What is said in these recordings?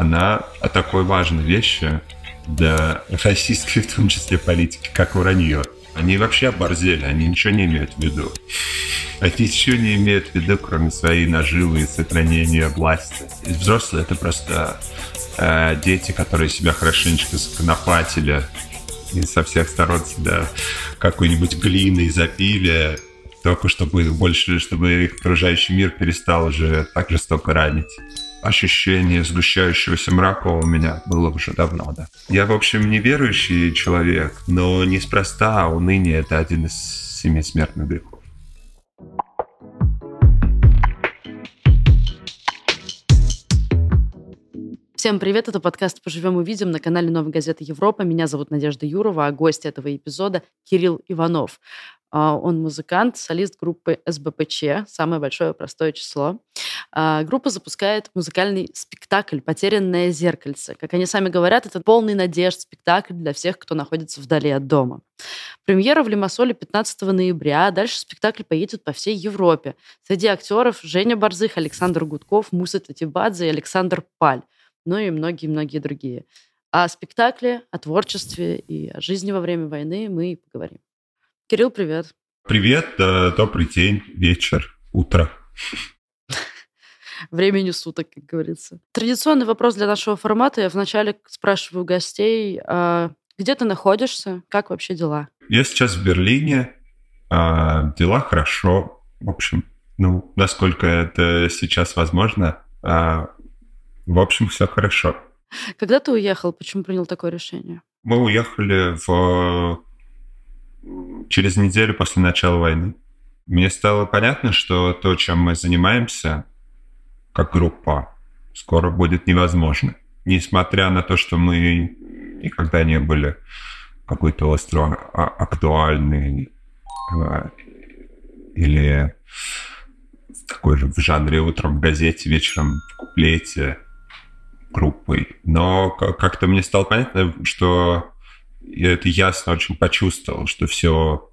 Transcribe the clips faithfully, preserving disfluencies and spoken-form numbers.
она о такой важной вещи для российской, в том числе, политики, как вранье. Они вообще оборзели, они ничего не имеют в виду. Они ничего не имеют в виду, кроме своей наживы и сохранения власти. И взрослые — это просто э, дети, которые себя хорошенечко законопатили и со всех сторон себя какой-нибудь глиной запили, только чтобы их больше, чтобы их окружающий мир перестал уже так жестоко ранить. Ощущение сгущающегося мрака у меня было уже давно, да. Я, в общем, неверующий человек, но неспроста уныние — это один из семи смертных грехов. Всем привет, это подкаст «Поживем увидим» на канале «Новой газеты Европа». Меня зовут Надежда Юрова, а гость этого эпизода Кирилл Иванов. Он музыкант, солист группы эс бэ пэ че, самое большое простое число. Группа запускает музыкальный спектакль «Потерянное зеркальце». Как они сами говорят, это полный надежд спектакль для всех, кто находится вдали от дома. Премьера в Лимассоле пятнадцатого ноября, а дальше спектакль поедет по всей Европе. Среди актеров Женя Борзых, Александр Гудков, Муса Татибадзе и Александр Паль. Ну и многие-многие другие. О спектакле, о творчестве и о жизни во время войны мы и поговорим. Кирилл, привет. Привет, добрый день, вечер, утро. Времени суток, как говорится. Традиционный вопрос для нашего формата. Я вначале спрашиваю гостей, а где ты находишься, как вообще дела? Я сейчас в Берлине, а дела хорошо. В общем, ну, насколько это сейчас возможно, а, в общем, все хорошо. Когда ты уехал? Почему принял такое решение? Мы уехали в... через неделю после начала войны. Мне стало понятно, что то, чем мы занимаемся, как группа, скоро будет невозможно. Несмотря на то, что мы никогда не были какой-то остро актуальный или такой же в жанре утром в газете, вечером в куплете группой. Но как-то мне стало понятно, что я это ясно очень почувствовал, что все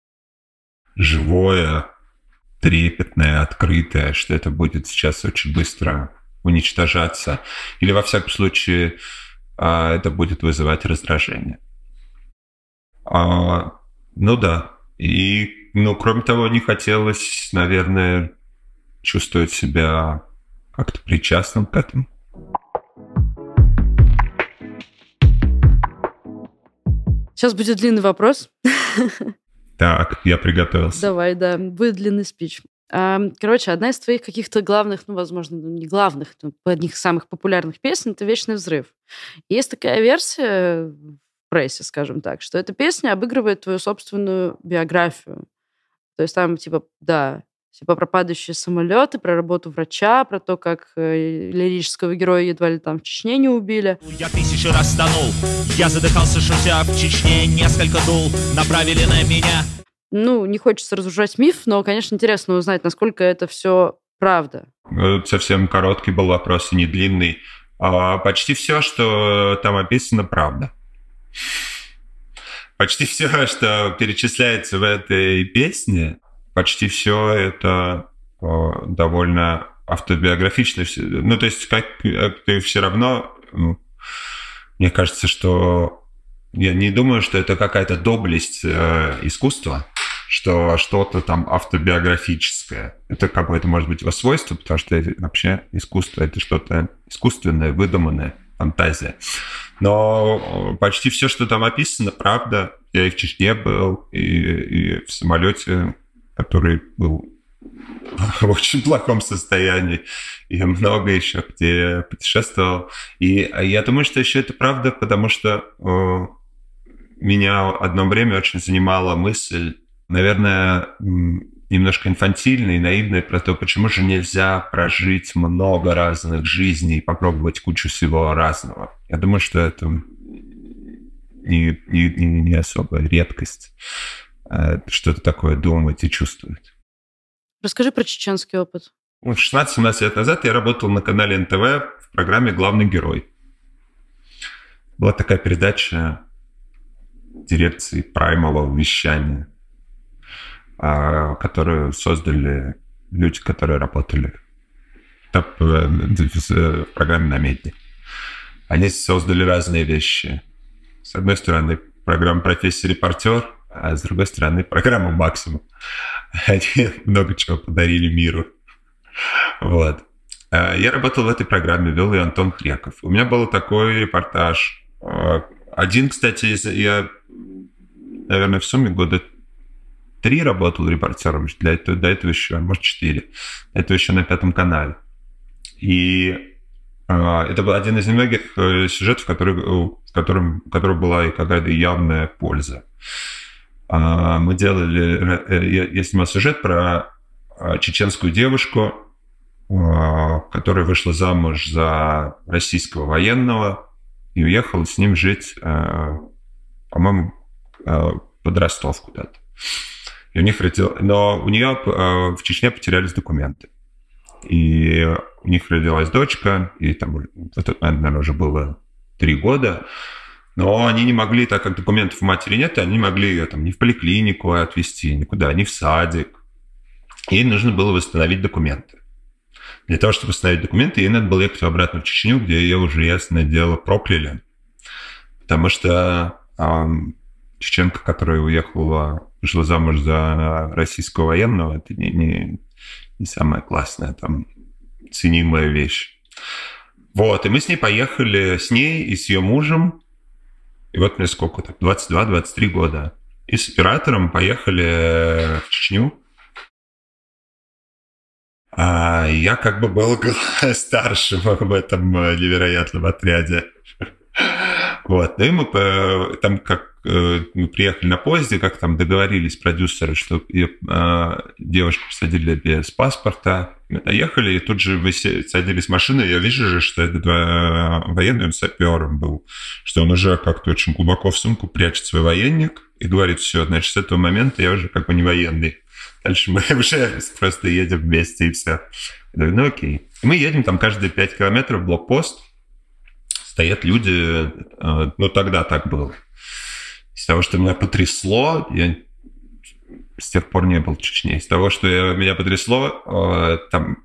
живое, трепетное, открытое, что это будет сейчас очень быстро уничтожаться. Или, во всяком случае, это будет вызывать раздражение. А, ну да. И, ну, кроме того, не хотелось, наверное, чувствовать себя как-то причастным к этому. Сейчас будет длинный вопрос. Так, я приготовился. Давай, да, будет длинный спич. Короче, одна из твоих каких-то главных, ну, возможно, не главных, но одних из самых популярных песен — это «Вечный взрыв». Есть такая версия в прессе, скажем так, что эта песня обыгрывает твою собственную биографию. То есть там, типа, да, типа про падающие самолеты, про работу врача, про то, как э, лирического героя едва ли там в Чечне не убили. Я тысячу раз тонул, я задыхался, шутя в Чечне, несколько дул, направили на меня. Ну, не хочется разрушать миф, но, конечно, интересно узнать, насколько это все правда. Совсем короткий был вопрос, и не длинный. А почти все, что там описано, правда. Почти все, что перечисляется в этой песне, почти все это довольно автобиографично. Ну, то есть, как ты все равно, ну, мне кажется, что я не думаю, что это какая-то доблесть э, искусства, что что-то там автобиографическое. Это какое-то, может быть, его свойство, потому что это, вообще искусство — это что-то искусственное, выдуманное, фантазия. Но почти все, что там описано, правда. Я и в Чечне был, и, и в самолете, который был в очень плохом состоянии, и много еще где путешествовал. И я думаю, что еще это правда, потому что э, меня одно время очень занимала мысль, наверное, немножко инфантильная и наивная, про то, почему же нельзя прожить много разных жизней и попробовать кучу всего разного. Я думаю, что это не, не, не особая редкость, что-то такое думать и чувствовать. Расскажи про чеченский опыт. шестнадцать-семнадцать лет назад я работал на канале эн тэ вэ в программе «Главный герой». Была такая передача дирекции праймового вещания, которую создали люди, которые работали в программе «Намедни». они создали разные вещи. С одной стороны, программа «Профессия репортер», а с другой стороны, программа «Максимум». Они много чего подарили миру. Вот. Я работал в этой программе, вел ее Антон Креков. У меня был такой репортаж. Один, кстати, я, наверное, в сумме года три работал репортером. Для этого, до этого еще, может, четыре. До этого еще на Пятом канале. И это был один из немногих сюжетов, который, в котором, в котором была и какая-то явная польза. Мы делали... Я, я снимал сюжет про чеченскую девушку, которая вышла замуж за российского военного и уехала с ним жить, по-моему, под Ростов куда-то. И у них родил... Но у нее в Чечне потерялись документы. И у них родилась дочка, и там в этот момент, наверное, уже было три года. Но они не могли, так как документов у матери нет, они могли ее там ни в поликлинику отвезти, никуда, ни в садик. Ей нужно было восстановить документы. Для того, чтобы восстановить документы, ей надо было ехать обратно в Чечню, где ее уже, ясное дело, прокляли. Потому что э, чеченка, которая уехала, вышла замуж за российского военного, это не, не, не самая классная, там, ценимая вещь. Вот, и мы с ней поехали, с ней и с ее мужем, и вот мне сколько так, двадцать два - двадцать три года. И с оператором поехали в Чечню. А я как бы был старшим в этом невероятном отряде. Вот. Ну и мы там как мы приехали на поезде, как там договорились продюсеры, что ее, девушку посадили без паспорта. Мы доехали, и тут же садились в машину, и я вижу же, что этот военный, он сапером был, что он уже как-то очень глубоко в сумку прячет свой военник и говорит: все, значит, с этого момента я уже как бы не военный. Дальше мы уже просто едем вместе, и все. Я говорю: ну окей. И мы едем там каждые пять километров в блокпост. Стоят люди, ну тогда так было. Из того, что меня потрясло, я с тех пор не был в Чечне. Из того, что я, меня потрясло, там,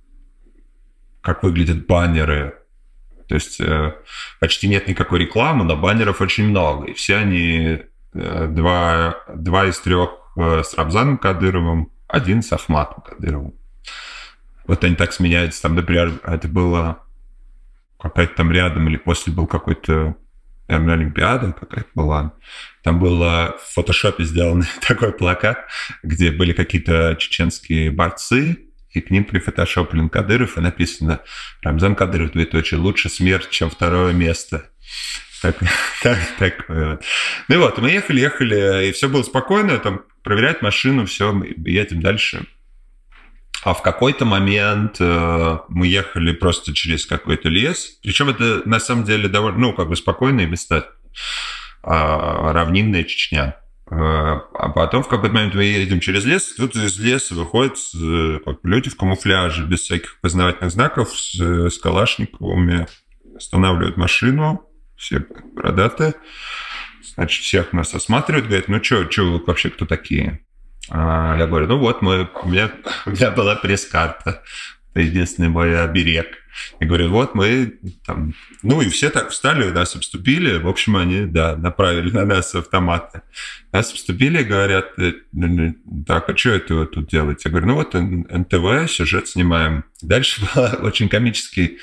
как выглядят баннеры. То есть почти нет никакой рекламы, но баннеров очень много. И все они, два, два из трех с Рамзаном Кадыровым, один с Ахматом Кадыровым. Вот они так сменяются. Там, например, это было какая-то там рядом или после был какой-то, наверное, Олимпиада какая-то была. Там был в фотошопе сделан такой плакат, где были какие-то чеченские борцы, и к ним прифотошоплен Кадыров, и написано: Рамзан Кадыров, двоеточие, лучше смерть, чем второе место. Так, так, так вот. Ну и вот, мы ехали, ехали, и все было спокойно, там проверять машину, все, мы едем дальше. А в какой-то момент э, мы ехали просто через какой-то лес, причем это на самом деле довольно, ну, как бы спокойные места, э, равнинная Чечня. Э, а потом в какой-то момент мы едем через лес, тут из леса выходят э, как бы люди в камуфляже, без всяких познавательных знаков, с, с калашниковыми, останавливают машину, все бородатые, значит, всех нас осматривают, говорят: ну что, что вы вообще кто такие? А я говорю: ну вот, мы, у, меня, у меня была пресс-карта, это единственный мой оберег. Я говорю: вот мы там... Ну и все так встали, нас обступили, в общем, они, да, направили на нас автоматы. Нас обступили и говорят: так, а что это вы тут делаете? Я говорю: ну вот эн тэ вэ, сюжет снимаем. Дальше было очень комический,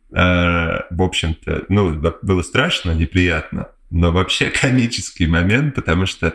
в общем-то, ну, было страшно, неприятно, но вообще комический момент, потому что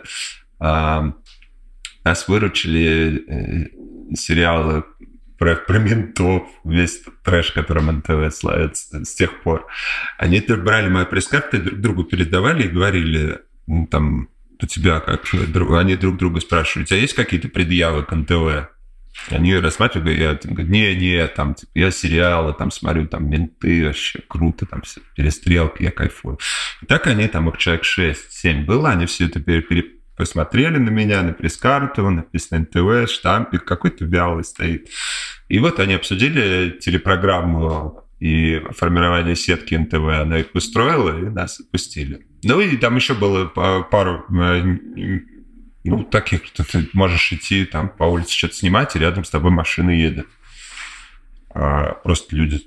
нас выручили э, сериалы про, про ментов, весь этот трэш, которым эн тэ вэ славится с тех пор. Они брали мои пресс-карты, друг другу передавали и говорили: ну, там, у тебя как? Они друг друга спрашивают: у тебя есть какие-то предъявы к эн тэ вэ? Они рассматривают, я говорю: не-не, там, типа, я сериалы там смотрю, там, менты, вообще круто, там, перестрелки, я кайфую. И так они, там, их человек шесть-семь было, они все это пере, пере, посмотрели на меня, на пресс-карту, написано эн тэ вэ, штампик какой-то вялый стоит. И вот они обсудили телепрограмму и формирование сетки эн тэ вэ, она их устроила, и нас отпустили. Ну, и там еще было пару... Ну, таких, что ты можешь идти там по улице что-то снимать, и рядом с тобой машины едут. А, просто люди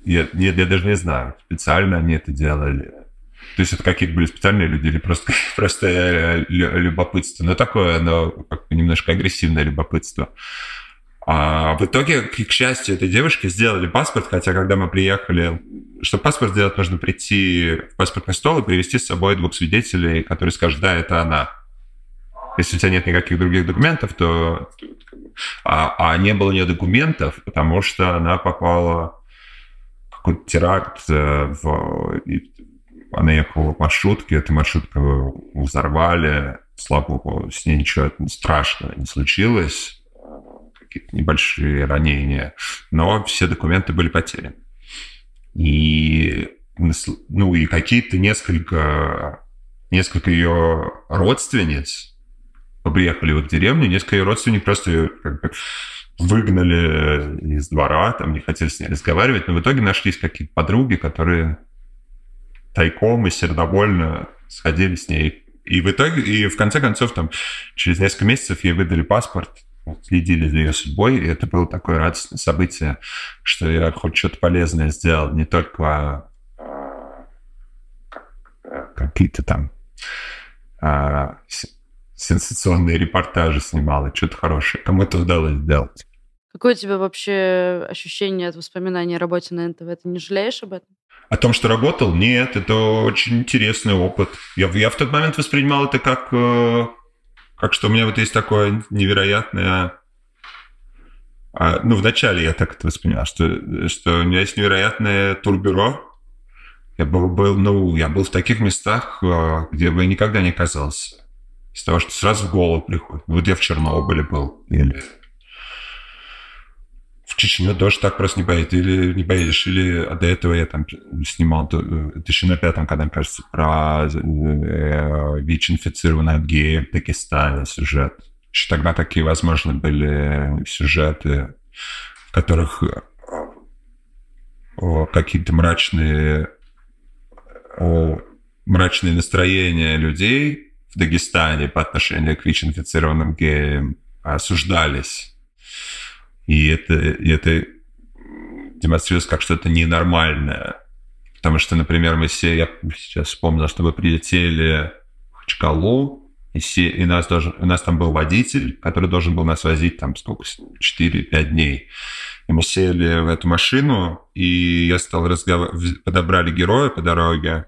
Я, я, я даже не знаю, специально они это делали. То есть это какие-то были специальные люди или просто, просто любопытство. Но такое, но как-то немножко агрессивное любопытство. А в итоге, к счастью, этой девушке сделали паспорт, хотя когда мы приехали, чтобы паспорт сделать, нужно прийти в паспортный стол и привезти с собой двух свидетелей, которые скажут, да, это она. Если у тебя нет никаких других документов, то... А, а не было у нее документов, потому что она попала в какой-то теракт, в... она ехала в маршрутке, эту маршрутку взорвали, слава богу, с ней ничего страшного не случилось. Какие-то небольшие ранения, но все документы были потеряны. И, ну, и какие-то несколько, несколько ее родственниц приехали в их деревню, несколько ее родственников просто ее как бы выгнали из двора, там не хотели с ней разговаривать, но в итоге нашлись какие-то подруги, которые тайком и сердобольно сходили с ней. И в итоге, и в конце концов, там, через несколько месяцев ей выдали паспорт, следили за ее судьбой, и это было такое радостное событие, что я хоть что-то полезное сделал, не только а, какие-то там а, сенсационные репортажи снимал, и что-то хорошее. Кому-то удалось сделать. Какое у тебя вообще ощущение от воспоминаний о работе на эн тэ вэ? Ты не жалеешь об этом? О том, что работал? Нет, это очень интересный опыт. Я, я в тот момент воспринимал это как... Как что у меня вот есть такое невероятное... А, ну, вначале я так это воспринимал, что, что у меня есть невероятное турбюро. Я был, был, ну, я был в таких местах, где бы я никогда не оказался. Из того, что сразу в голову приходит. Вот я в Чернобыле был. Или в Чечню тоже так просто не поедешь. Или не поедешь. Или а до этого я там снимал, это еще на пятом, когда, кажется, про ВИЧ-инфицированных геев в Дагестане сюжет. Еще тогда такие, возможно, были сюжеты, в которых о, какие-то мрачные, о, мрачные настроения людей в Дагестане по отношению к ВИЧ-инфицированным геям осуждались. И это, и это демонстрируется как что-то ненормальное. Потому что, например, мы все, я сейчас вспомнил, что мы прилетели в Махачкалу, и, все, и нас должен, у нас там был водитель, который должен был нас возить там сколько, четыре-пять дней. И мы сели в эту машину, и я стал разговаривать, подобрали героя по дороге,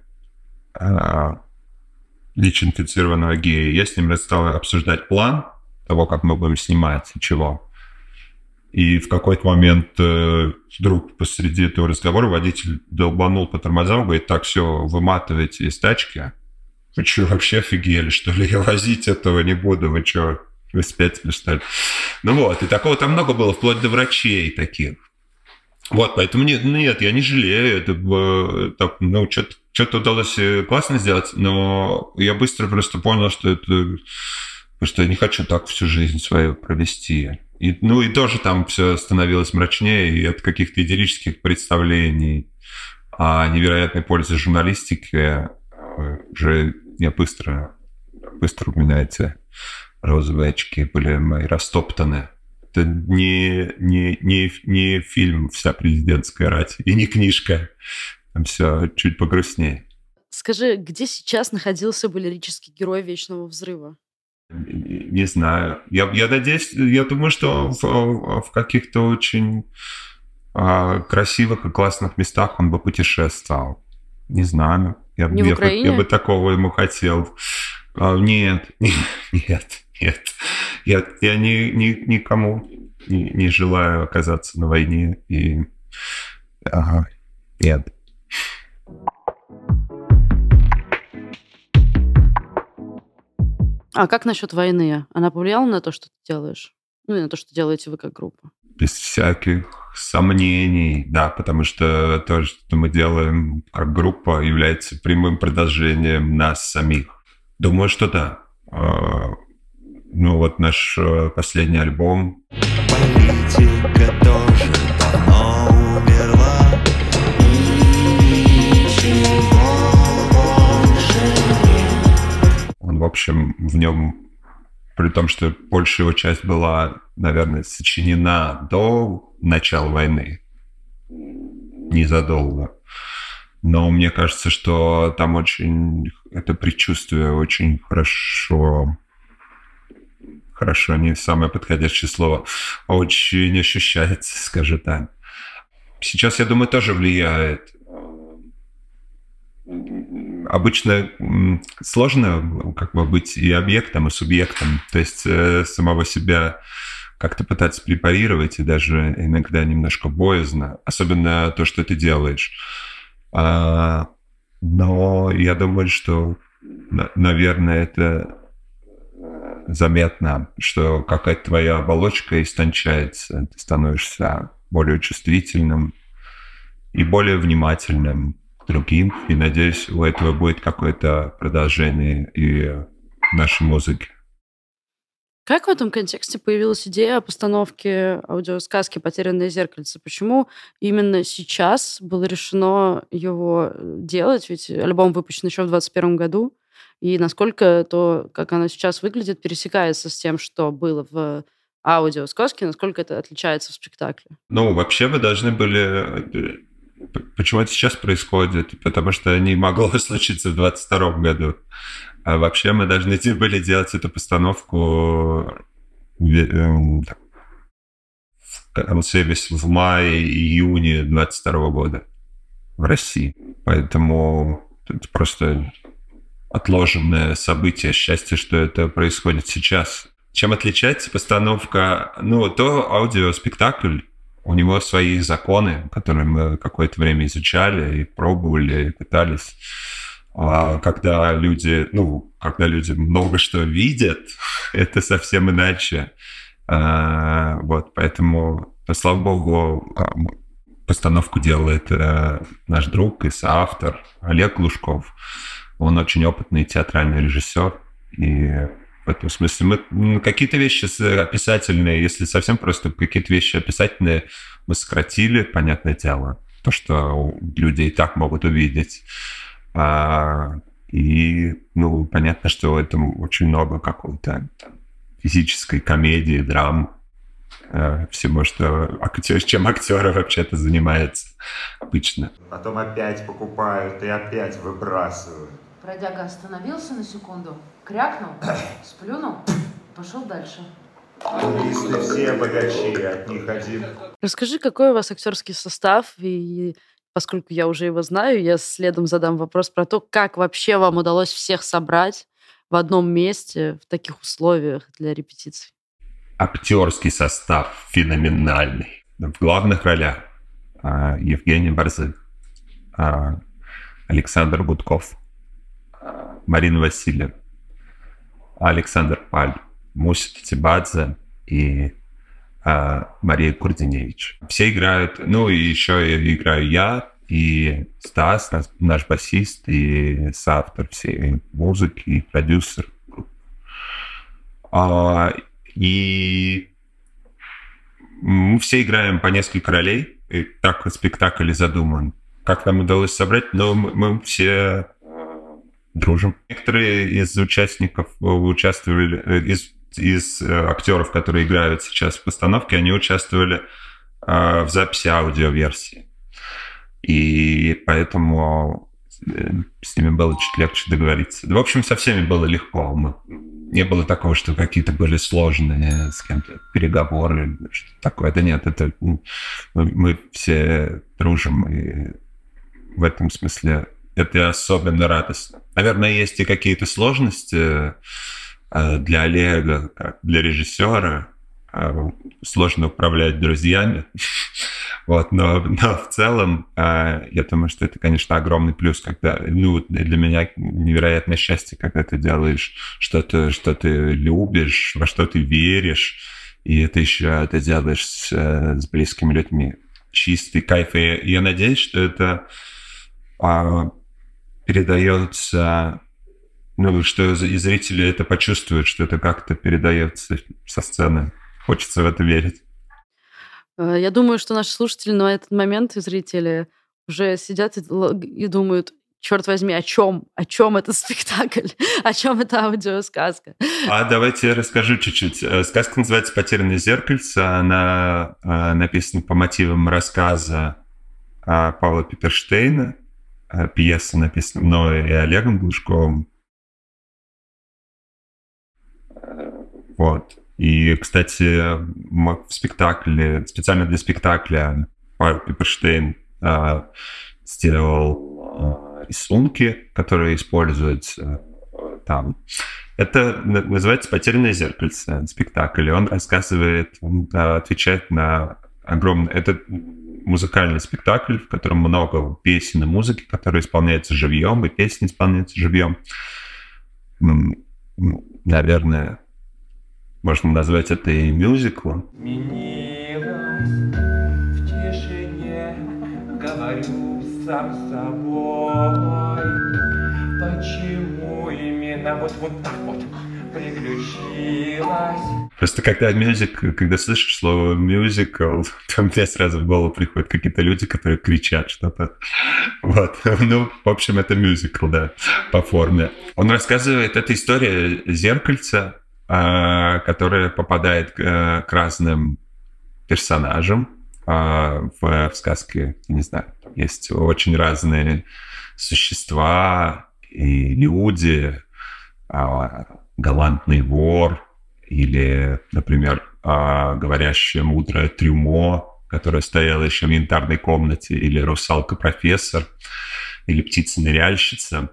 ВИЧ-инфицированного гея. Я с ним стал обсуждать план того, как мы будем снимать и чего. И в какой-то момент э, вдруг посреди этого разговора водитель долбанул по тормозам, говорит, так, все, выматывайте из тачки. Вы что, вообще офигели, что ли? Я возить этого не буду, вы что, вы спятили, что ли? Ну вот, и такого там много было, вплоть до врачей таких. Вот, поэтому нет, нет я не жалею. Это, э, так, ну, что-то, что-то удалось классно сделать, но я быстро просто понял, что это... Что я не хочу так всю жизнь свою провести. И, ну и тоже там все становилось мрачнее, и от каких-то идиллических представлений о невероятной пользе журналистики уже я быстро, быстро у меня эти розовые очки были мои растоптаны. Это не, не, не, не фильм «Вся президентская рать» и не книжка. Там все чуть погрустнее. Скажи, где сейчас находился бы лирический герой «Вечного взрыва»? Не знаю. Я, я надеюсь, я думаю, что в, в каких-то очень а, красивых и классных местах он бы путешествовал. Не знаю. Я, Не в я, Украине? Я бы такого ему хотел. А, нет, нет, нет. Я, я ни, ни, никому не, не желаю оказаться на войне. И... Ага, нет. А как насчет войны? Она повлияла на то, что ты делаешь? Ну и на то, что делаете вы как группа? Без всяких сомнений, да, потому что то, что мы делаем как группа, является прямым продолжением нас самих. Думаю, что да. Ну вот наш последний альбом. Политика тоже давно умерла. Он, в общем, в нем, при том, что большая его часть была, наверное, сочинена до начала войны, незадолго. Но мне кажется, что там очень... Это предчувствие очень хорошо... Хорошо, не самое подходящее слово. Очень ощущается, скажем так. Сейчас, я думаю, тоже влияет. Обычно сложно как бы быть и объектом, и субъектом. То есть э, самого себя как-то пытаться препарировать, и даже иногда немножко боязно. Особенно то, что ты делаешь. А, но я думаю, что, наверное, это заметно, что какая-то твоя оболочка истончается. Ты становишься более чувствительным и более внимательным к другим. И, надеюсь, у этого будет какое-то продолжение и в нашей музыке. Как в этом контексте появилась идея о постановке аудиосказки «Потерянное зеркальце»? Почему именно сейчас было решено его делать? Ведь альбом выпущен еще в двадцать первом году. И насколько то, как оно сейчас выглядит, пересекается с тем, что было в аудиосказке, насколько это отличается в спектакле? Ну, вообще мы должны были... Почему это сейчас происходит? Потому что не могло случиться в двадцать втором году. А вообще мы должны были делать эту постановку в, в мае-июне двадцать второго года в России. Поэтому это просто отложенное событие. Счастье, что это происходит сейчас. Чем отличается постановка? Ну, то аудиоспектакль, у него свои законы, которые мы какое-то время изучали и пробовали, и пытались. А когда люди, ну, когда люди много что видят, это совсем иначе. А, вот, поэтому, слава богу, постановку делает а, наш друг и соавтор Олег Глушков. Он очень опытный театральный режиссер. И в этом смысле мы какие-то вещи описательные, если совсем просто какие-то вещи описательные, мы сократили, понятное дело, то, что люди и так могут увидеть. А, и, ну, понятно, что в этом очень много какой-то там физической комедии, драм, а, всего, что актер, чем актеры вообще-то занимаются обычно. Потом опять покупают и опять выбрасывают. Бродяга остановился на секунду, крякнул, сплюнул, пошел дальше. Туристы все богачи, от них один. Расскажи, какой у вас актерский состав, и поскольку я уже его знаю, я следом задам вопрос про то, как вообще вам удалось всех собрать в одном месте в таких условиях для репетиций. Актерский состав феноменальный. В главных ролях Евгений Борзых, Александр Гудков, Марина Васильевна, Александр Паль, Муся Титибадзе и а, Мария Курдиневич. Все играют, ну и еще я играю я и Стас, наш, наш басист и соавтор всей музыки, и продюсер. А, и мы все играем по несколько ролей, и так спектакль и задуман. Как нам удалось собрать, но мы, мы все дружим. Некоторые из участников участвовали, из, из актеров, которые играют сейчас в постановке, они участвовали э, в записи аудиоверсии. И поэтому с ними было чуть легче договориться. В общем, со всеми было легко. Мы, не было такого, что какие-то были сложные с кем-то переговоры, что такое. Да нет, это мы, мы все дружим, и в этом смысле это особенно радостно. Наверное, есть и какие-то сложности для Олега, как для режиссера. Сложно управлять друзьями. Вот, но, но в целом, я думаю, что это, конечно, огромный плюс, когда, ну, для меня невероятное счастье, когда ты делаешь что-то, что ты любишь, во что ты веришь, и это еще ты делаешь с, с близкими людьми. Чистый кайф. И я надеюсь, что это а, передается, ну, что и зрители это почувствуют, что это как-то передается со сцены. Хочется в это верить. Я думаю, что наши слушатели на этот момент и зрители уже сидят и, и думают, черт возьми, о чем? О чем этот спектакль? О чем эта аудиосказка? А давайте я расскажу чуть-чуть. Сказка называется «Потерянное зеркальце». Она написана по мотивам рассказа Павла Пиперштейна, пьеса, написанная мной и Олегом Глушковым. Вот. И, кстати, в спектакле, специально для спектакля Павел Пиперштейн а, сделал а, рисунки, которые используются а, там. Это называется «Потерянное зеркальце», спектакль. И он рассказывает, он а, отвечает на огромное... Это музыкальный спектакль, в котором много песен и музыки, которые исполняются живьем, и песни исполняются живьем. Наверное, можно назвать это и мюзиклом. Менилась в тишине, говорю сам с собой. Почему именно вот, вот так вот приключилась? Просто когда мюзик, когда слышишь слово мюзикл, то мне сразу в голову приходят какие-то люди, которые кричат что-то. Вот. Ну, в общем, это мюзикл, да, по форме. Он рассказывает, это история зеркальца, которая попадает к разным персонажам в сказке. Не знаю, есть очень разные существа и люди, галантный вор или, например, говорящее мудрое трюмо, которое стояло еще в янтарной комнате, или русалка-профессор, или птица-ныряльщица.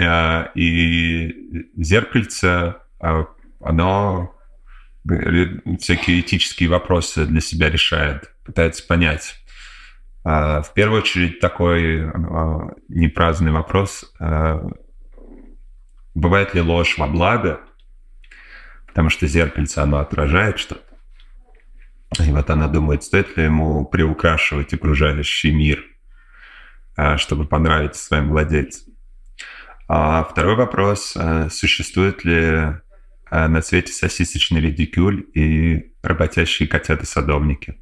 И зеркальце, оно всякие этические вопросы для себя решает, пытается понять. В первую очередь такой непраздный вопрос: бывает ли ложь во благо? Потому что зеркальце, оно отражает что-то. И вот она думает, стоит ли ему приукрашивать окружающий мир, чтобы понравиться своим владельцам. А второй вопрос: существует ли на свете сосисочный редикюль и работящие котята-садовники?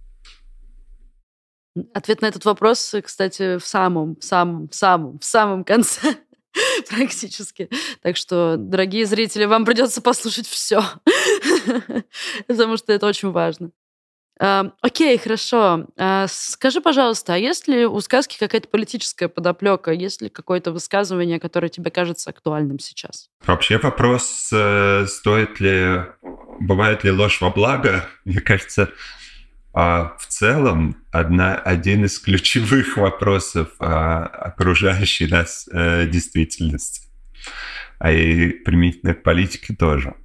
Ответ на этот вопрос, кстати, в самом, самом, самом, в самом конце практически. Так что, дорогие зрители, вам придется послушать все, потому что это очень важно. Uh, окей, хорошо. Uh, скажи, пожалуйста, а есть ли у сказки какая-то политическая подоплека? Есть ли какое-то высказывание, которое тебе кажется актуальным сейчас? Вообще вопрос, стоит ли, бывает ли ложь во благо, мне кажется, в целом одна, один из ключевых вопросов окружающей нас действительности, а и применительно к политике тоже.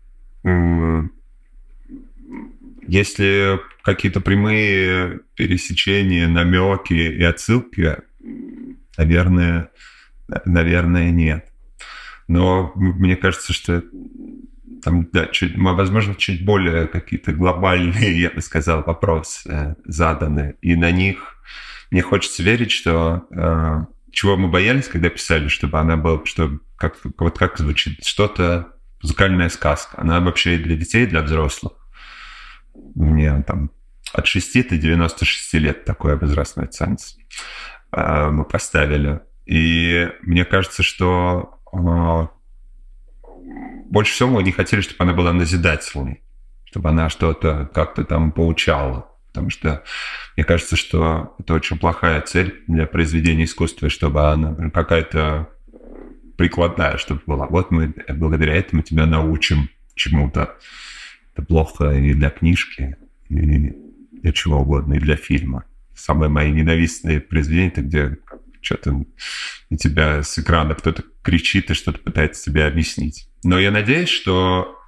Если какие-то прямые пересечения, намеки и отсылки, наверное, наверное, нет. Но мне кажется, что там, да, чуть, возможно, чуть более какие-то глобальные, я бы сказал, вопросы заданы. И на них мне хочется верить, что э, чего мы боялись, когда писали, чтобы она была, что как, вот как звучит, что-то, музыкальная сказка. Она вообще и для детей, и для взрослых. Мне там от шести до девяноста шести лет такой возрастной ценз э, мы поставили. И мне кажется, что э, больше всего мы не хотели, чтобы она была назидательной, чтобы она что-то как-то там поучала. Потому что мне кажется, что это очень плохая цель для произведения искусства, чтобы она какая-то прикладная, чтобы была. Вот мы благодаря этому тебя научим чему-то. Это плохо и для книжки, и для чего угодно, и для фильма. Самые мои ненавистные произведения, это где что-то на тебя с экрана кто-то кричит и что-то пытается тебе объяснить. Но я надеюсь, что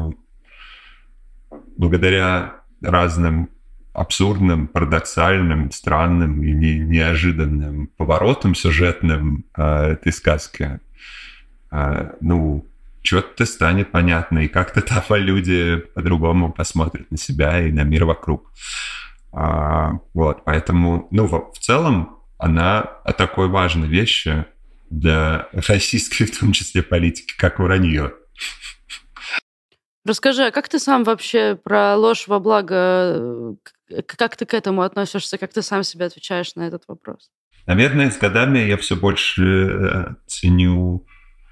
благодаря разным абсурдным, парадоксальным, странным и неожиданным поворотам сюжетным этой сказки, ну, что-то станет понятно, и как-то там люди по-другому посмотрят на себя и на мир вокруг. А, вот, поэтому, ну, в, в целом, она о такой важной вещи для российской, в том числе, политики, как вранье. Расскажи, а как ты сам вообще про ложь во благо, как ты к этому относишься, как ты сам себе отвечаешь на этот вопрос? Наверное, с годами я все больше ценю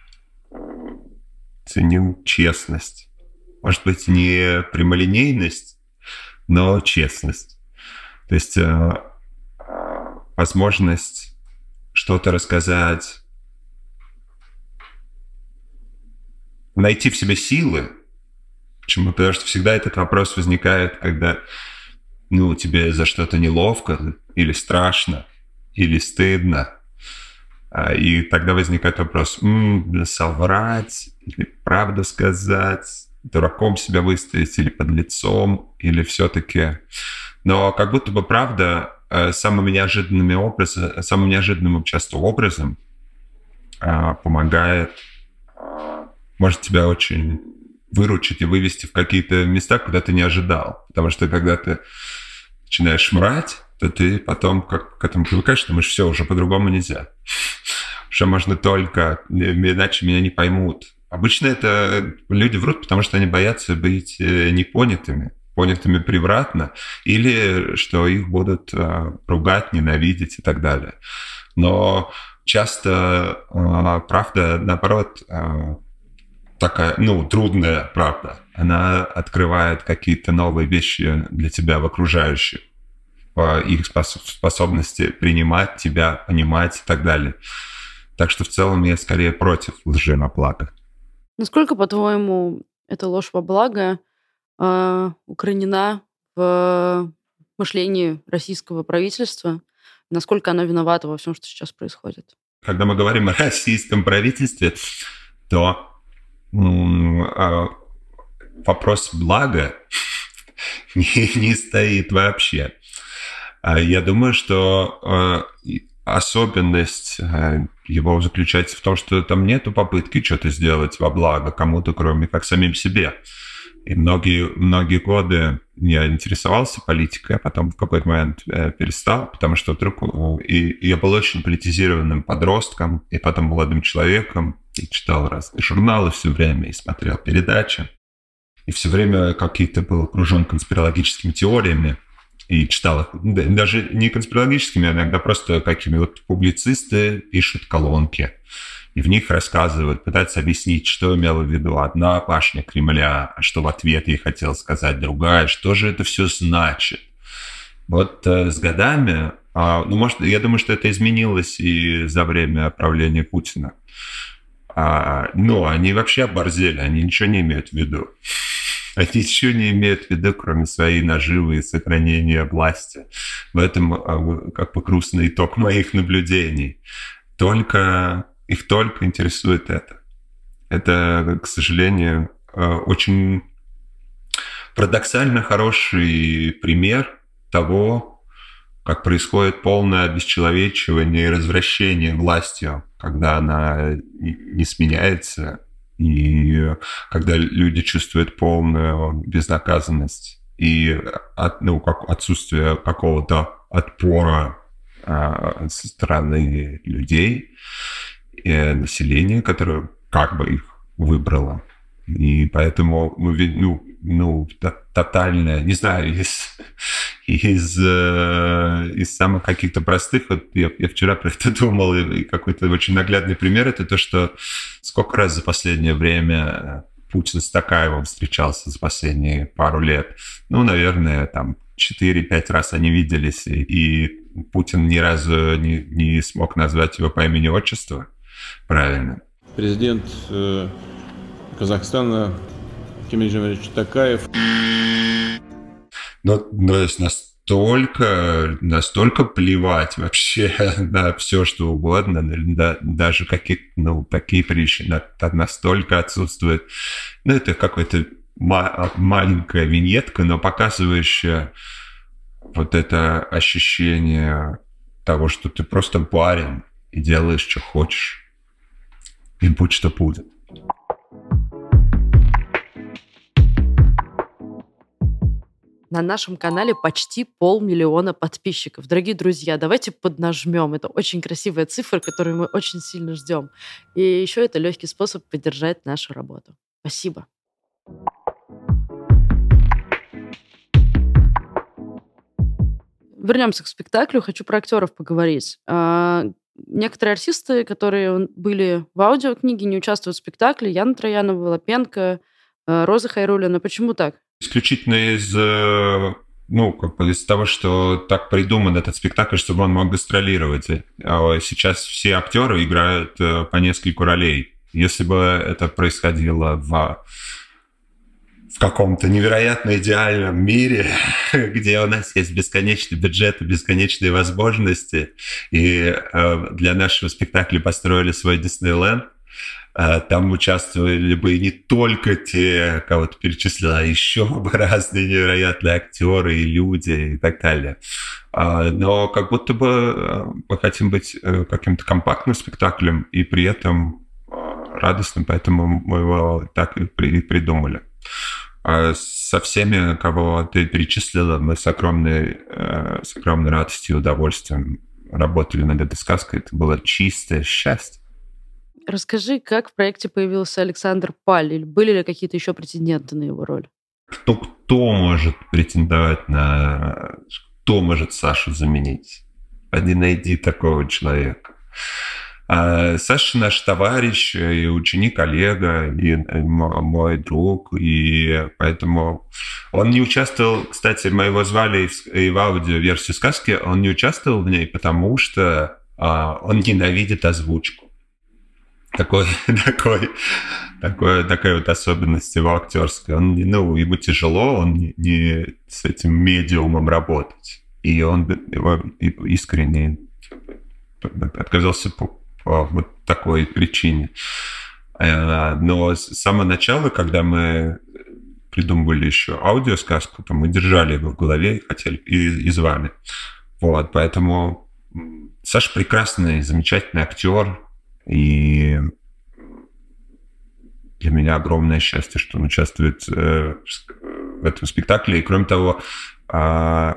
ценю честность. Может быть, не прямолинейность, но честность. То есть возможность что-то рассказать, найти в себе силы. Почему? Потому что всегда этот вопрос возникает, когда ну, тебе за что-то неловко, или страшно, или стыдно. И тогда возникает вопрос, м-м, соврать, или правду сказать, дураком себя выставить, или подлецом, или все-таки... Но как будто бы правда самым неожиданным образом, самым неожиданным часто образом помогает, может тебя очень выручить и вывести в какие-то места, куда ты не ожидал. Потому что когда ты начинаешь мрать, то ты потом как к этому привыкаешь, думаешь, все, уже по-другому нельзя. Уже можно только, иначе меня не поймут. Обычно это люди врут, потому что они боятся быть непонятыми, понятыми превратно, или что их будут ругать, ненавидеть и так далее. Но часто правда, наоборот, такая, ну, трудная правда. Она открывает какие-то новые вещи для тебя в окружающих, по их способности принимать тебя, понимать и так далее. Так что в целом я скорее против лжи на благо. Насколько, по-твоему, эта ложь во благо э, укоренена в мышлении российского правительства? Насколько оно виновато во всем, что сейчас происходит? Когда мы говорим о российском правительстве, то вопрос блага не, не стоит вообще. Я думаю, что особенность его заключается в том, что там нету попытки что-то сделать во благо кому-то, кроме как самим себе. И многие, многие годы я интересовался политикой, а потом в какой-то момент перестал, потому что вдруг... И я был очень политизированным подростком, и потом молодым человеком, и читал разные журналы все время, и смотрел передачи. И все время какие-то был окружен конспирологическими теориями, и читал их, даже не конспирологическими, а иногда просто какими вот публицисты пишут колонки, и в них рассказывают, пытаются объяснить, что имела в виду одна башня Кремля, а что в ответ ей хотела сказать другая, что же это все значит. Вот э, с годами, э, ну, может, я думаю, что это изменилось и за время правления Путина. А, ну, они вообще оборзели, они ничего не имеют в виду. Они ничего не имеют в виду, кроме своей наживы и сохранения власти. В этом как бы грустный итог моих наблюдений. Только, их только интересует это. Это, к сожалению, очень парадоксально хороший пример того, как происходит полное обесчеловечивание и развращение властью, когда она не сменяется, и когда люди чувствуют полную безнаказанность и от, ну, как отсутствие какого-то отпора а, со стороны людей, и населения, которое как бы их выбрало. И поэтому, ну, ну тотальное, не знаю, из, из, из самых каких-то простых, вот я, я вчера про это думал, и какой-то очень наглядный пример, это то, что сколько раз за последнее время Путин с Токаевым встречался за последние пару лет. Ну, наверное, там четыре-пять раз они виделись, и, и Путин ни разу не, не смог назвать его по имени-отчеству правильно. Президент э, Казахстана Кемель Жамилевич Токаев. Ну, то есть настолько, настолько плевать вообще на все, что угодно, да, даже какие, ну, такие причины настолько отсутствуют. Ну, это какая-то ма- маленькая виньетка, но показывающая вот это ощущение того, что ты просто барин и делаешь, что хочешь. И будь что будет. На нашем канале почти полмиллиона подписчиков. Дорогие друзья, давайте поднажмем. Это очень красивая цифра, которую мы очень сильно ждем. И еще это легкий способ поддержать нашу работу. Спасибо. Вернемся к спектаклю. Хочу про актеров поговорить. Некоторые артисты, которые были в аудиокниге, не участвуют в спектакле. Яна Троянова, Лапенко, Роза Хайруллина. Почему так? Исключительно из ну, как бы из-за того, что так придуман этот спектакль, чтобы он мог гастролировать. А сейчас все актеры играют по нескольку ролей. Если бы это происходило в, в каком-то невероятно идеальном мире, где у нас есть бесконечный бюджет и бесконечные возможности, и для нашего спектакля построили свой Диснейленд, там участвовали бы не только те, кого ты перечислил, а еще бы разные невероятные актеры и люди и так далее. Но как будто бы мы хотим быть каким-то компактным спектаклем и при этом радостным, поэтому мы его так и придумали. Со всеми, кого ты перечислила, мы с огромной, с огромной радостью и удовольствием работали над этой сказкой. Это было чистое счастье. Расскажи, как в проекте появился Александр Паль? Или были ли какие-то еще претенденты на его роль? Кто, кто может претендовать на... Кто может Сашу заменить? Поди найди такого человека. А Саша наш товарищ, и ученик, коллега, и мой друг, и поэтому он не участвовал, кстати, мы его звали и в аудиоверсию сказки, он не участвовал в ней, потому что а, он ненавидит озвучку. Такой, такой, такой, такая вот особенность его актерская. Он, ну, ему тяжело, он не, не с этим медиумом работать. И он его искренне отказался по, по вот такой причине. Но с самого начала, когда мы придумывали еще аудиосказку, то мы держали его в голове и хотели, и, и звали. Вот, поэтому Саша прекрасный, замечательный актер. И для меня огромное счастье, что он участвует э, в этом спектакле. И кроме того, э,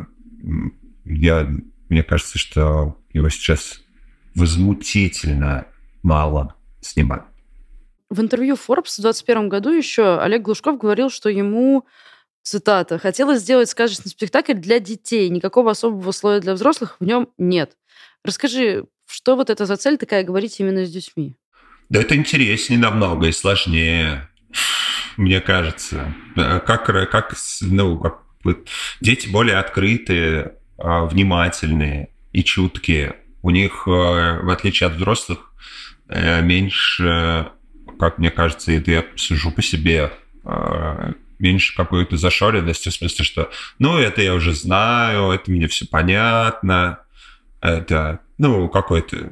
я, мне кажется, что его сейчас возмутительно мало снимают. В интервью Forbes в двадцать первом году еще Олег Глушков говорил, что ему, цитата, «хотелось сделать сказочный спектакль для детей. Никакого особого слоя для взрослых в нем нет». Расскажи, что вот это за цель такая говорить именно с детьми? Да это интереснее намного и сложнее, мне кажется. Как, как, ну, как дети более открытые, внимательные и чуткие. У них, в отличие от взрослых, меньше, как мне кажется, и я сужу по себе, меньше какой-то зашоренности, в смысле, что ну, это я уже знаю, это мне все понятно. Это, ну, какой-то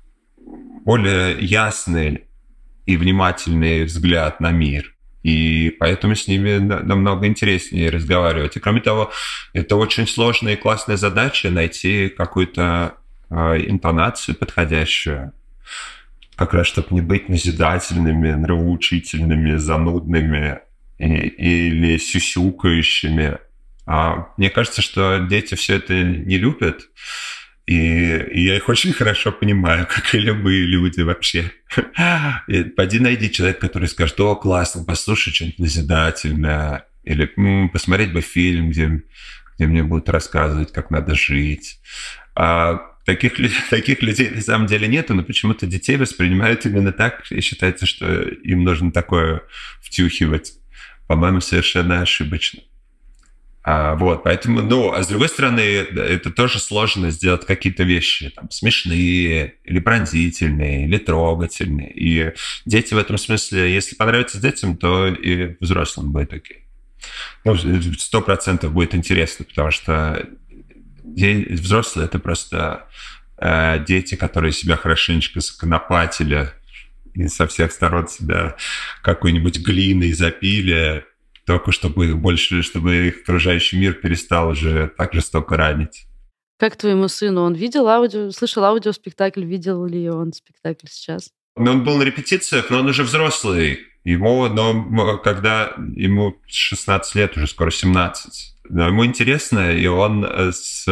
более ясный и внимательный взгляд на мир. И поэтому с ними намного интереснее разговаривать. И кроме того, это очень сложная и классная задача найти какую-то э, интонацию подходящую. Как раз, чтобы не быть назидательными, нравоучительными, занудными и, или сюсюкающими. А мне кажется, что дети все это не любят. И, и я их очень хорошо понимаю, как и любые люди вообще. И пойди найди человека, который скажет: о, классно, послушай что-нибудь назидательное. Или м-м, посмотреть бы фильм, где, где мне будут рассказывать, как надо жить. А таких, таких людей на самом деле нету, но почему-то детей воспринимают именно так, и считается, что им нужно такое втюхивать. По-моему, совершенно ошибочно. А, вот, поэтому, ну, а с другой стороны, это тоже сложно сделать какие-то вещи там смешные, или пронзительные, или трогательные. И дети в этом смысле, если понравится детям, то и взрослым будет окей. Ну, сто процентов будет интересно, потому что взрослые — это просто э, дети, которые себя хорошенечко законопатили и со всех сторон себя какой-нибудь глиной запили, только чтобы больше, чтобы их окружающий мир перестал уже так жестоко ранить. Как твоему сыну? Он видел аудио, слышал аудиоспектакль, видел ли он спектакль сейчас? Ну, он был на репетициях, но он уже взрослый. Ему, но когда ему шестнадцать лет, уже скоро семнадцать. Но ему интересно, и он с...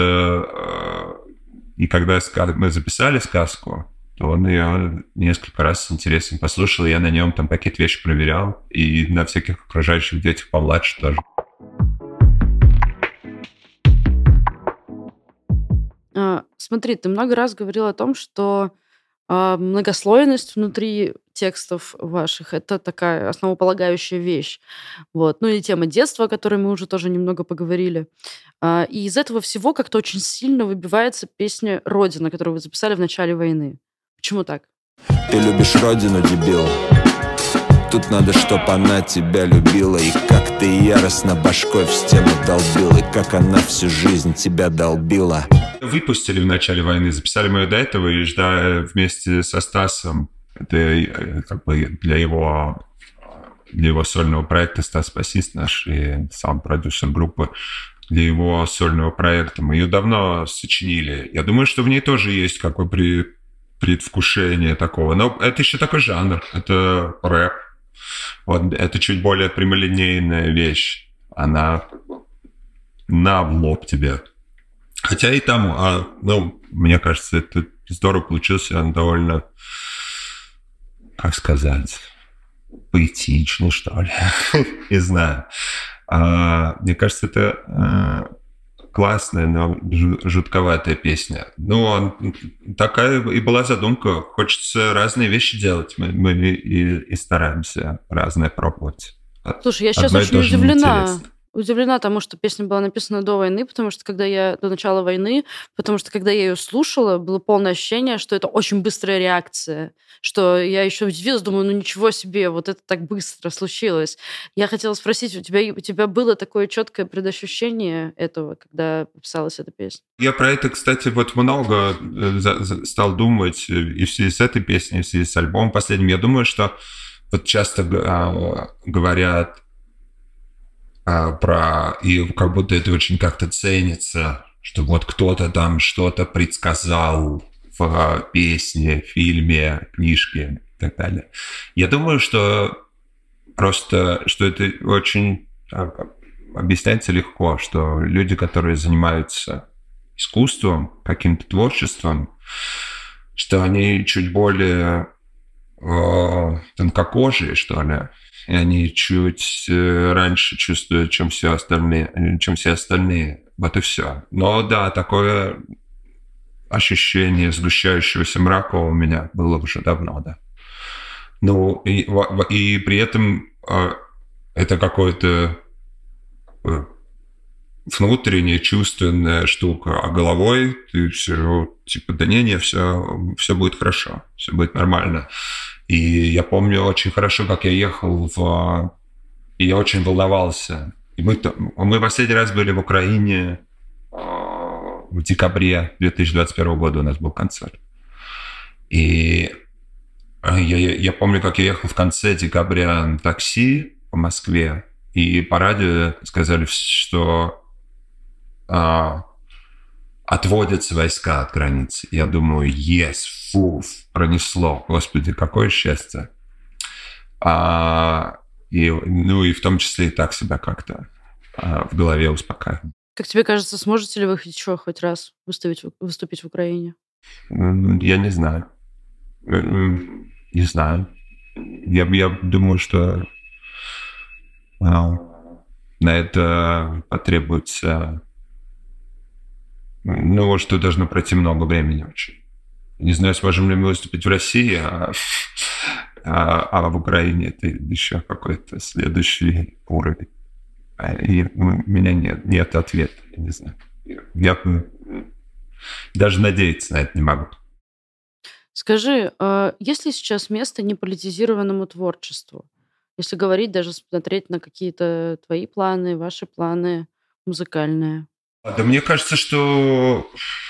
И когда мы записали сказку, то он ее несколько раз с интересом послушал, и я на нем там какие-то вещи проверял, и на всяких окружающих детях помладше тоже. А, смотри, ты много раз говорил о том, что А многослойность внутри текстов ваших — это такая основополагающая вещь. Вот. Ну и тема детства, о которой мы уже тоже немного поговорили. А, и из этого всего как-то очень сильно выбивается песня «Родина», которую вы записали в начале войны. Почему так? Ты любишь родину, дебил. Тут надо, чтоб она тебя любила. И как ты яростно башкой в стену долбил. И как она всю жизнь тебя долбила. Выпустили в начале войны, записали мы ее до этого, и ждали вместе со Стасом. Это как бы для его, для его сольного проекта. Стас басист наш и сам продюсер группы. Для его сольного проекта мы ее давно сочинили. Я думаю, что в ней тоже есть какое при, предвкушение такого. Но это еще такой жанр. Это рэп. Вот, это чуть более прямолинейная вещь. Она на в лоб тебе. Хотя и там, а, ну, мне кажется, это здорово получился. Он довольно, как сказать, поэтичный, что ли. Не знаю. А, мне кажется, это а, классная, но жутковатая песня. Ну, он, такая и была задумка. Хочется разные вещи делать. Мы, мы и, и стараемся разное пробовать. Слушай, я сейчас очень удивлена. Удивлена тому, что песня была написана до войны, потому что когда я до начала войны, потому что когда я ее слушала, было полное ощущение, что это очень быстрая реакция, что я еще удивилась, думаю, ну ничего себе, вот это так быстро случилось. Я хотела спросить, у тебя, у тебя было такое четкое предощущение этого, когда писалась эта песня? Я про это, кстати, вот много стал думать и в связи с этой песней, и в связи с альбомом последним. Я думаю, что вот часто говорят про... И как будто это очень как-то ценится, что вот кто-то там что-то предсказал в песне, фильме, книжке и так далее. Я думаю, что просто, что это очень объясняется легко, что люди, которые занимаются искусством, каким-то творчеством, что они чуть более э, тонкокожие, что ли, и они чуть раньше чувствуют, чем все остальные, чем все остальные. Вот и все. Но да, такое ощущение сгущающегося мрака у меня было уже давно, да. Ну, и, и при этом это какое-то внутренняя чувственная штука, а головой ты все типа, да не, не, все, все будет хорошо, все будет нормально. И я помню очень хорошо, как я ехал в... И я очень волновался. И мы, мы последний раз были в Украине в декабре две тысячи двадцать первого года у нас был концерт. И я, я помню, как я ехал в конце декабря на такси по Москве, и по радио сказали, что а, отводятся войска от границы. Я думаю, yes, фу, пронесло. Господи, какое счастье. А, и, ну и в том числе и так себя как-то а, в голове успокаиваю. Как тебе кажется, сможете ли вы еще хоть раз выступить, выступить в Украине? Я не знаю. Не знаю. Я, я думаю, что well, на это потребуется... Ну, что должно пройти много времени очень. Не знаю, сможем ли мы выступить в России, а, а, а в Украине это еще какой-то следующий уровень. И у меня нет, нет ответа, я не знаю. Я даже надеяться на это не могу. Скажи, есть ли сейчас место неполитизированному творчеству? Если говорить, даже смотреть на какие-то твои планы, ваши планы музыкальные. Да мне кажется, что...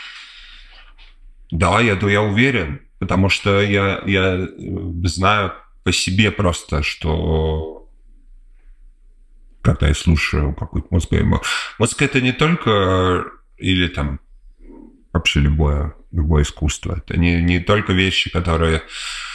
Да, я, я уверен, потому что я, я знаю по себе просто, что... Когда я слушаю какую-то музыку, музыка — это не только, или там вообще любое, любое искусство, это не, не только вещи, которые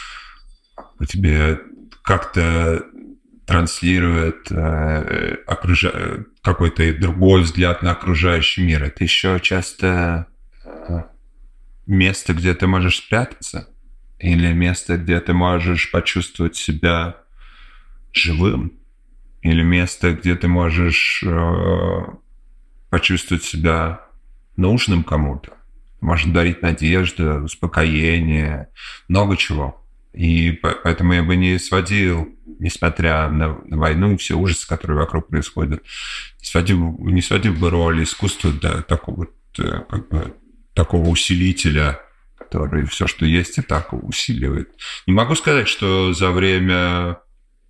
тебе как-то транслируют э, окружа... какой-то другой взгляд на окружающий мир. Это еще часто э, место, где ты можешь спрятаться, или место, где ты можешь почувствовать себя живым, или место, где ты можешь э, почувствовать себя нужным кому-то. может дарить надежду, успокоение, много чего. И поэтому я бы не сводил, несмотря на, на войну и все ужасы, которые вокруг происходят, не сводил, не сводил бы роль искусства до такого, как бы, такого усилителя, который все, что есть, и так усиливает. Не могу сказать, что за время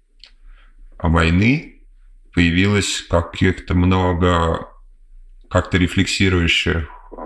войны появилось каких-то много как-то рефлексирующих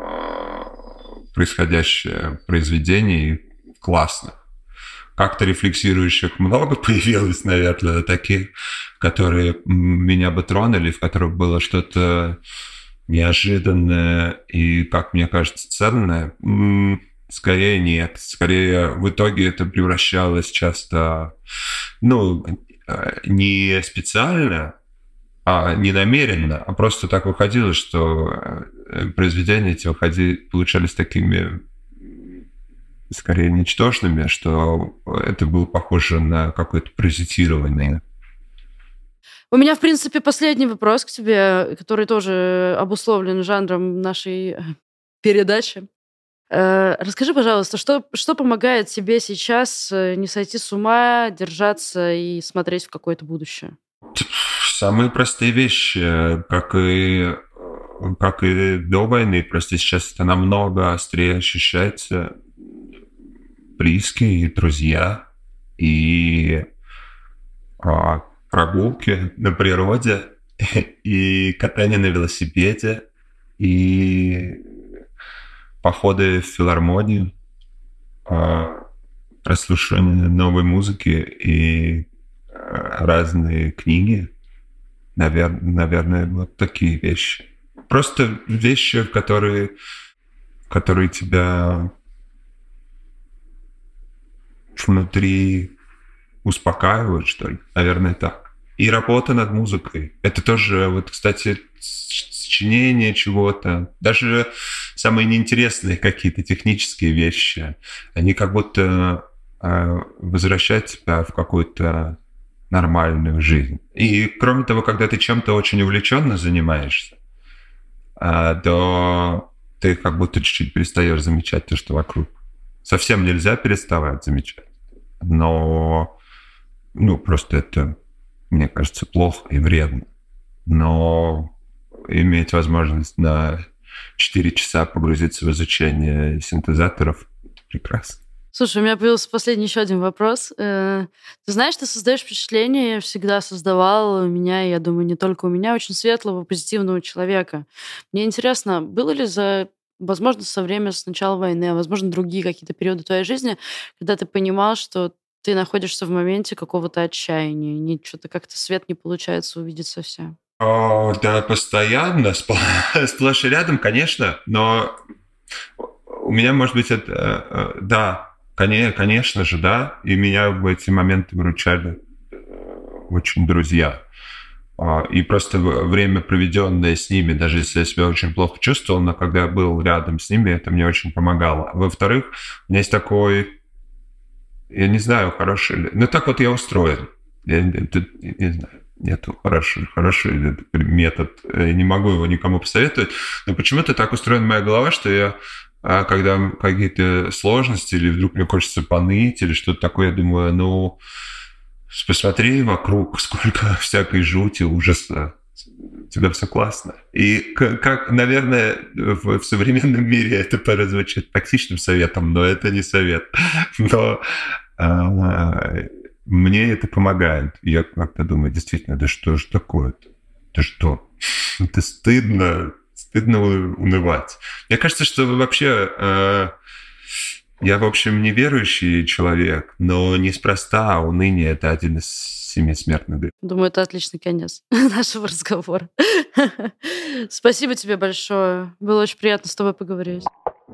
происходящее произведений классных. Как-то рефлексирующих много появилось, наверное, таких, которые меня бы тронули, в которых было что-то неожиданное и, как мне кажется, ценное. Скорее нет. Скорее в итоге это превращалось часто, ну, не специально, а не намеренно, а просто так выходило, что произведения эти выходили, получались такими скорее ничтожными, что это было похоже на какое-то паразитирование. У меня, в принципе, последний вопрос к тебе, который тоже обусловлен жанром нашей передачи. Расскажи, пожалуйста, что, что помогает тебе сейчас не сойти с ума, держаться и смотреть в какое-то будущее? Самые простые вещи, как и, как и до войны, просто сейчас это намного острее ощущается. Близкие, и друзья, и а, прогулки на природе, и катание на велосипеде, и походы в филармонию, а, прослушивание новой музыки и а, разные книги. Навер- наверное, вот такие вещи. Просто вещи, которые, которые тебя внутри успокаивают, что ли. Наверное, так. И работа над музыкой. Это тоже, вот, кстати, сочинение чего-то. Даже самые неинтересные какие-то технические вещи, они как будто э, возвращают тебя в какую-то нормальную жизнь. И, кроме того, когда ты чем-то очень увлеченно занимаешься, э, то ты как будто чуть-чуть перестаешь замечать то, что вокруг. Совсем нельзя переставать замечать. Но, ну, просто это, мне кажется, плохо и вредно. Но иметь возможность на четыре часа погрузиться в изучение синтезаторов — это прекрасно. Слушай, у меня появился последний еще один вопрос. Ты знаешь, ты создаешь впечатление, всегда создавал у меня, и я думаю, не только у меня, очень светлого, позитивного человека. Мне интересно, было ли за... возможно, со времени с начала войны, а возможно, другие какие-то периоды твоей жизни, когда ты понимал, что ты находишься в моменте какого-то отчаяния, и что-то как-то свет не получается увидеть совсем? О, да, постоянно, сплошь и рядом, конечно, но у меня, может быть, это... Да, конечно же, да, и меня в эти моменты выручали очень друзья. И просто время, проведенное с ними, даже если я себя очень плохо чувствовал, но когда я был рядом с ними, это мне очень помогало. Во-вторых, у меня есть такой, я не знаю, хороший... Ну, так вот я устроен. Я, я, я не знаю, нету хороший, хороший метод. Я не могу его никому посоветовать. Но почему-то так устроена моя голова, что я, когда какие-то сложности, или вдруг мне хочется поныть, или что-то такое, я думаю, ну... Посмотри вокруг, сколько всякой жути, ужаса. У тебя все классно. И как, наверное, в, в современном мире это прозвучит токсичным советом, но это не совет. Но а, мне это помогает. Я как-то думаю, действительно, да что же такое-то? Да что? Это стыдно, стыдно унывать. Мне кажется, что вообще... А, я, в общем, неверующий человек, но неспроста уныние — это один из семи смертных грехов. Думаю, это отличный конец нашего разговора. Спасибо тебе большое. Было очень приятно с тобой поговорить.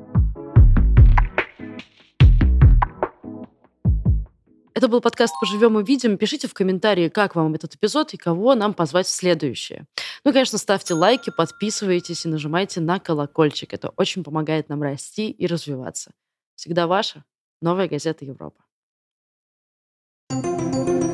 Это был подкаст «Поживем увидим». Пишите в комментарии, как вам этот эпизод и кого нам позвать в следующее. Ну, конечно, ставьте лайки, подписывайтесь и нажимайте на колокольчик. Это очень помогает нам расти и развиваться. Всегда ваша Новая газета Европа.